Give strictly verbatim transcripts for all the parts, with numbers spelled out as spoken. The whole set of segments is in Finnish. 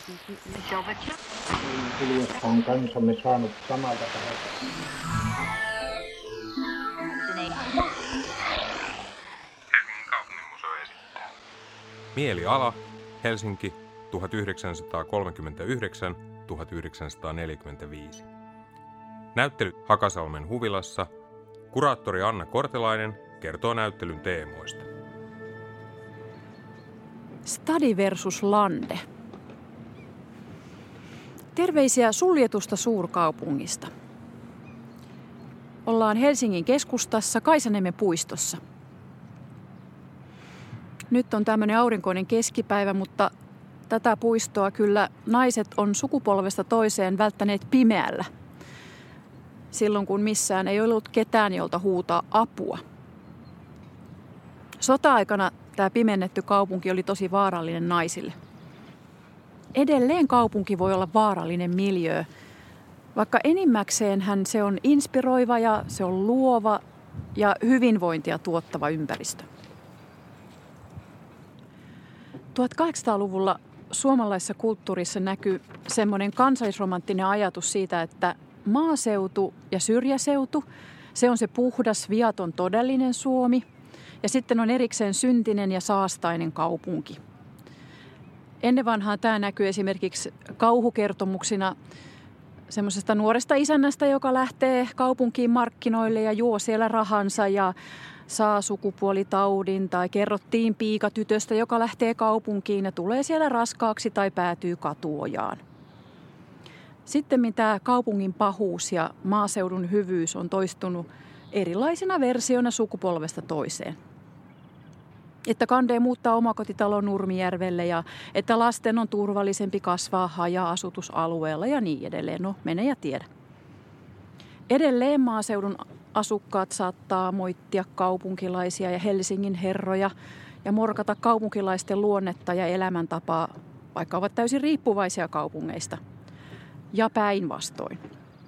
Hiljatta on kansamme saanut samalta taholta. Helsingin kaupunginmuseo esittää. Mieliala, Helsinki, tuhatyhdeksänsataakolmekymmentäyhdeksän tuhatyhdeksänsataaneljäkymmentäviisi. Näyttely Hakasalmen huvilassa. Kuraattori Anna Kortelainen kertoo näyttelyn teemoista. Stadi versus lande. Terveisiä suljetusta suurkaupungista. Ollaan Helsingin keskustassa Kaisaniemen puistossa. Nyt on tämmöinen aurinkoinen keskipäivä, mutta tätä puistoa kyllä naiset on sukupolvesta toiseen välttäneet pimeällä. Silloin kun missään ei ollut ketään, jolta huutaa apua. Sota-aikana tämä pimennetty kaupunki oli tosi vaarallinen naisille. Edelleen kaupunki voi olla vaarallinen miljöö, vaikka enimmäkseenhän se on inspiroiva ja se on luova ja hyvinvointia tuottava ympäristö. tuhatkahdeksansataaluvulla suomalaisessa kulttuurissa näkyy semmoinen kansallisromanttinen ajatus siitä, että maaseutu ja syrjäseutu, se on se puhdas, viaton, todellinen Suomi. Ja sitten on erikseen syntinen ja saastainen kaupunki. Ennen vanhaa tämä näkyy esimerkiksi kauhukertomuksina semmoisesta nuoresta isännästä, joka lähtee kaupunkiin markkinoille ja juo siellä rahansa ja saa sukupuolitaudin. Tai kerrottiin piikatytöstä, joka lähtee kaupunkiin ja tulee siellä raskaaksi tai päätyy katuojaan. Sitten tämä kaupungin pahuus ja maaseudun hyvyys on toistunut erilaisina versioina sukupolvesta toiseen. Että kandee muuttaa omakotitalon Nurmijärvelle ja että lasten on turvallisempi kasvaa haja-asutusalueella ja niin edelleen. No, mene ja tiedä. Edelleen maaseudun asukkaat saattaa moittia kaupunkilaisia ja Helsingin herroja ja morkata kaupunkilaisten luonnetta ja elämäntapaa, vaikka ovat täysin riippuvaisia kaupungeista. Ja päinvastoin.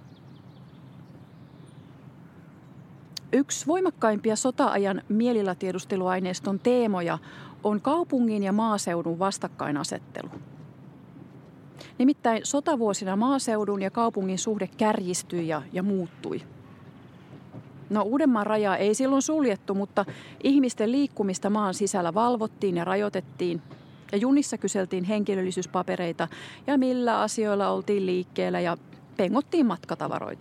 Yksi voimakkaimpia sota-ajan mielilatiedusteluaineiston teemoja on kaupungin ja maaseudun vastakkainasettelu. Nimittäin sotavuosina maaseudun ja kaupungin suhde kärjistyi ja, ja muuttui. No, Uudenmaan rajaa ei silloin suljettu, mutta ihmisten liikkumista maan sisällä valvottiin ja rajoitettiin. Ja junissa kyseltiin henkilöllisyyspapereita ja millä asioilla oltiin liikkeellä ja pengottiin matkatavaroita.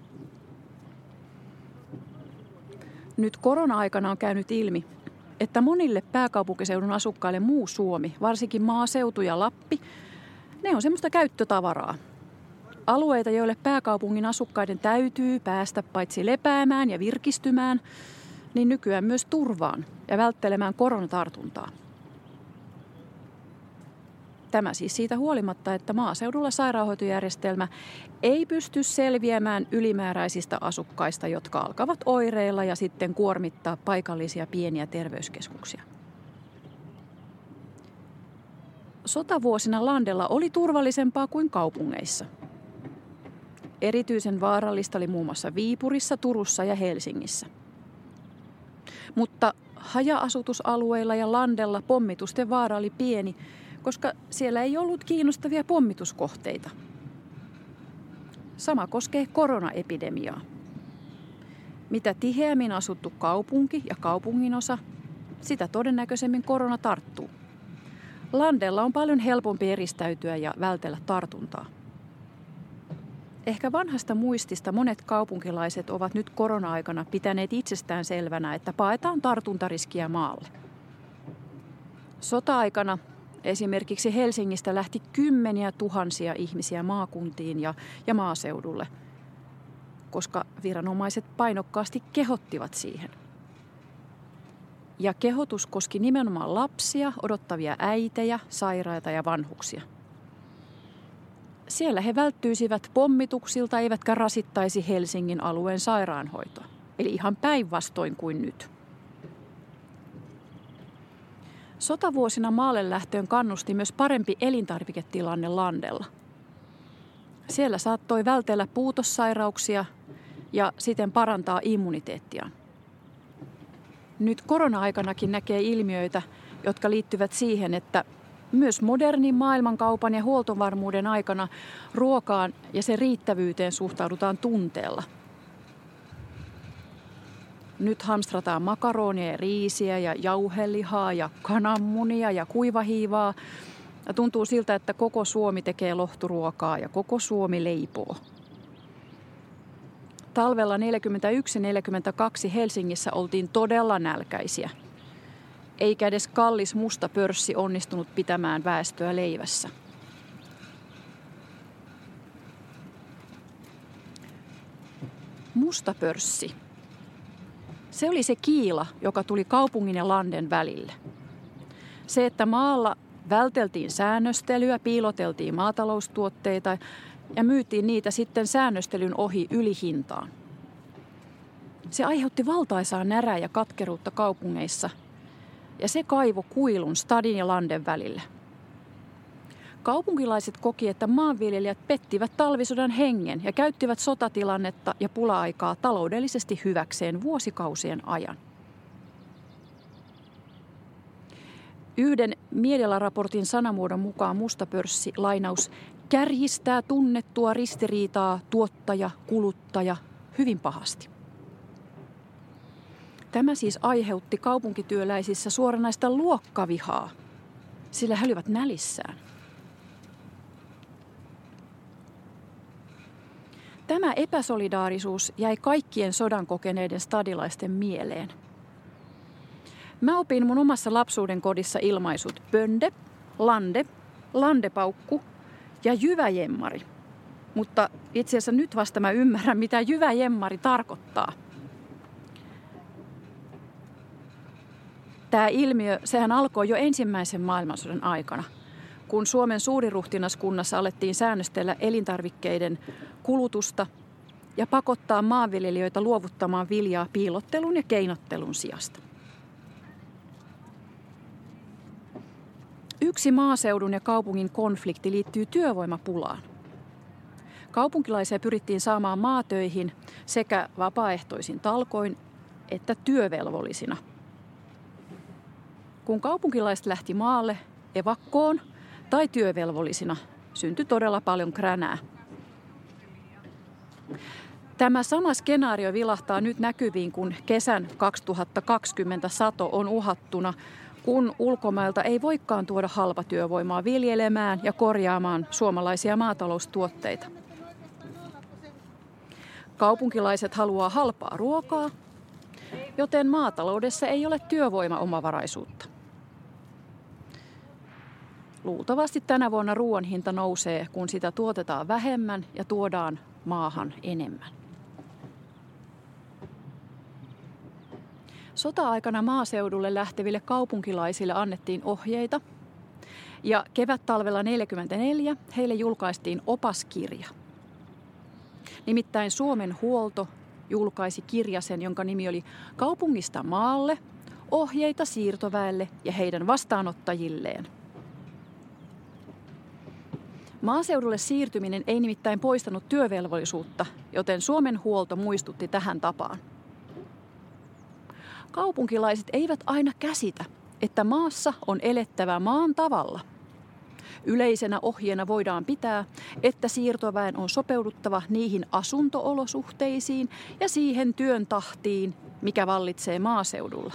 Nyt korona-aikana on käynyt ilmi, että monille pääkaupunkiseudun asukkaille muu Suomi, varsinkin maaseutu ja Lappi, ne on semmoista käyttötavaraa. Alueita, joille pääkaupungin asukkaiden täytyy päästä paitsi lepäämään ja virkistymään, niin nykyään myös turvaan ja välttelemään koronatartuntaa. Tämä siis siitä huolimatta, että maaseudulla sairaanhoitojärjestelmä ei pysty selviämään ylimääräisistä asukkaista, jotka alkavat oireilla ja sitten kuormittaa paikallisia pieniä terveyskeskuksia. Sotavuosina landella oli turvallisempaa kuin kaupungeissa. Erityisen vaarallista oli muun muassa Viipurissa, Turussa ja Helsingissä. Mutta haja-asutusalueilla ja landella pommitusten vaara oli pieni, koska siellä ei ollut kiinnostavia pommituskohteita. Sama koskee koronaepidemiaa. Mitä tiheämmin asuttu kaupunki ja kaupunginosa, sitä todennäköisemmin korona tarttuu. Landella on paljon helpompi eristäytyä ja vältellä tartuntaa. Ehkä vanhasta muistista monet kaupunkilaiset ovat nyt korona-aikana pitäneet itsestään selvänä, että paetaan tartuntariskiä maalle. Sota-aikana esimerkiksi Helsingistä lähti kymmeniä tuhansia ihmisiä maakuntiin ja, ja maaseudulle, koska viranomaiset painokkaasti kehottivat siihen. Ja kehotus koski nimenomaan lapsia, odottavia äitejä, sairaita ja vanhuksia. Siellä he välttyisivät pommituksilta eivätkä rasittaisi Helsingin alueen sairaanhoitoa. Eli ihan päinvastoin kuin nyt. Sotavuosina maalle lähtöön kannusti myös parempi elintarviketilanne landella. Siellä saattoi vältellä puutossairauksia ja siten parantaa immuniteettiaan. Nyt korona-aikanakin näkee ilmiöitä, jotka liittyvät siihen, että Myös modernin maailmankaupan ja huoltovarmuuden aikana ruokaan ja sen riittävyyteen suhtaudutaan tunteella. Nyt hamstrataan makaronia ja riisiä ja jauhelihaa ja kananmunia ja kuivahiivaa. Ja tuntuu siltä, että koko Suomi tekee lohturuokaa ja koko Suomi leipoo. Talvella neljäkymmentäyksi neljäkymmentäkaksi Helsingissä oltiin todella nälkäisiä. Eikä edes kallis musta pörssi onnistunut pitämään väestöä leivässä. Musta pörssi. Se oli se kiila, joka tuli kaupungin ja landen välille. Se, että maalla välteltiin säännöstelyä, piiloteltiin maataloustuotteita ja myytiin niitä sitten säännöstelyn ohi ylihintaan. Se aiheutti valtaisaa närää ja katkeruutta kaupungeissa ja se kaivo kuilun stadin ja landen välillä. Kaupunkilaiset koki, että maanviljelijät pettivät talvisodan hengen ja käyttivät sotatilannetta ja pula-aikaa taloudellisesti hyväkseen vuosikausien ajan. Yhden Miedela-raportin sanamuodon mukaan musta pörssi, lainaus, kärjistää tunnettua ristiriitaa tuottaja, kuluttaja hyvin pahasti. Tämä siis aiheutti kaupunkityöläisissä suoranaista luokkavihaa, sillä he olivat nälissään. Tämä epäsolidaarisuus jäi kaikkien sodan kokeneiden stadilaisten mieleen. Mä opin mun omassa lapsuuden kodissa ilmaisut pönde, lande, landepaukku ja jyväjemmari. Mutta itse asiassa nyt vasta mä ymmärrän, mitä jyväjemmari tarkoittaa. Tämä ilmiö, sehän alkoi jo ensimmäisen maailmansodan aikana, kun Suomen suuriruhtinaskunnassa alettiin säännöstellä elintarvikkeiden kulutusta ja pakottaa maanviljelijöitä luovuttamaan viljaa piilottelun ja keinottelun sijasta. Yksi maaseudun ja kaupungin konflikti liittyy työvoimapulaan. Kaupunkilaisia pyrittiin saamaan maatöihin sekä vapaaehtoisin talkoin että työvelvollisina. Kun kaupunkilaiset lähti maalle evakkoon tai työvelvollisina, syntyi todella paljon kränää. Tämä sama skenaario vilahtaa nyt näkyviin, kun kesän kaksituhattakaksikymmentä sato on uhattuna, kun ulkomailta ei voikaan tuoda halpatyövoimaa viljelemään ja korjaamaan suomalaisia maataloustuotteita. Kaupunkilaiset haluaa halpaa ruokaa, joten maataloudessa ei ole työvoimaomavaraisuutta. Luultavasti tänä vuonna ruoan hinta nousee, kun sitä tuotetaan vähemmän ja tuodaan maahan enemmän. Sota-aikana maaseudulle lähteville kaupunkilaisille annettiin ohjeita ja kevät-talvella neljäkymmentäneljä heille julkaistiin opaskirja. Nimittäin Suomen huolto julkaisi kirjasen, jonka nimi oli Kaupungista maalle, ohjeita siirtoväelle ja heidän vastaanottajilleen. Maaseudulle siirtyminen ei nimittäin poistanut työvelvollisuutta, joten Suomen huolto muistutti tähän tapaan. Kaupunkilaiset eivät aina käsitä, että maassa on elettävä maan tavalla. Yleisenä ohjeena voidaan pitää, että siirtoväen on sopeuduttava niihin asuntoolosuhteisiin ja siihen työn tahtiin, mikä vallitsee maaseudulla.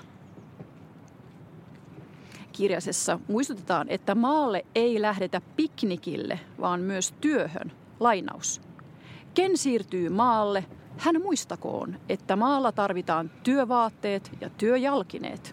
Kirjasessa muistutetaan, että maalle ei lähdetä piknikille, vaan myös työhön. Lainaus. Ken siirtyy maalle, hän muistakoon, että maalla tarvitaan työvaatteet ja työjalkineet.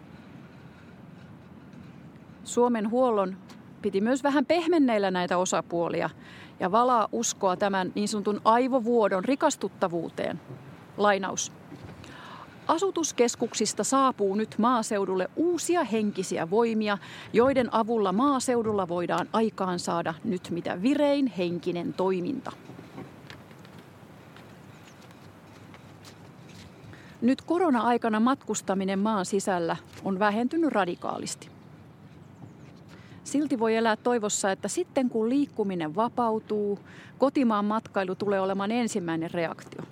Suomen huollon piti myös vähän pehmenneillä näitä osapuolia ja valaa uskoa tämän niin sanotun aivovuodon rikastuttavuuteen. Lainaus. Asutuskeskuksista saapuu nyt maaseudulle uusia henkisiä voimia, joiden avulla maaseudulla voidaan aikaansaada nyt mitä virein henkinen toiminta. Nyt korona-aikana matkustaminen maan sisällä on vähentynyt radikaalisti. Silti voi elää toivossa, että sitten kun liikkuminen vapautuu, kotimaan matkailu tulee olemaan ensimmäinen reaktio.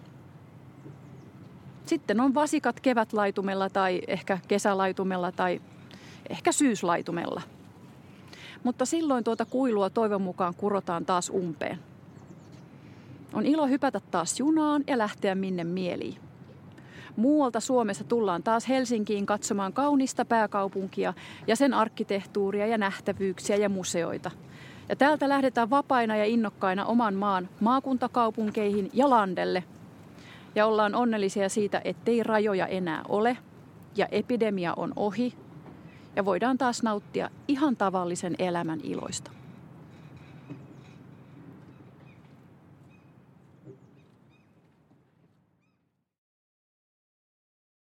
Sitten on vasikat kevätlaitumella tai ehkä kesälaitumella tai ehkä syyslaitumella. Mutta silloin tuota kuilua toivon mukaan kurotaan taas umpeen. On ilo hypätä taas junaan ja lähteä minne mieliin. Muualta Suomessa tullaan taas Helsinkiin katsomaan kaunista pääkaupunkia ja sen arkkitehtuuria ja nähtävyyksiä ja museoita. Ja täältä lähdetään vapaina ja innokkaina oman maan maakuntakaupunkeihin ja landelle. Ja ollaan onnellisia siitä, ettei rajoja enää ole ja epidemia on ohi. Ja voidaan taas nauttia ihan tavallisen elämän iloista.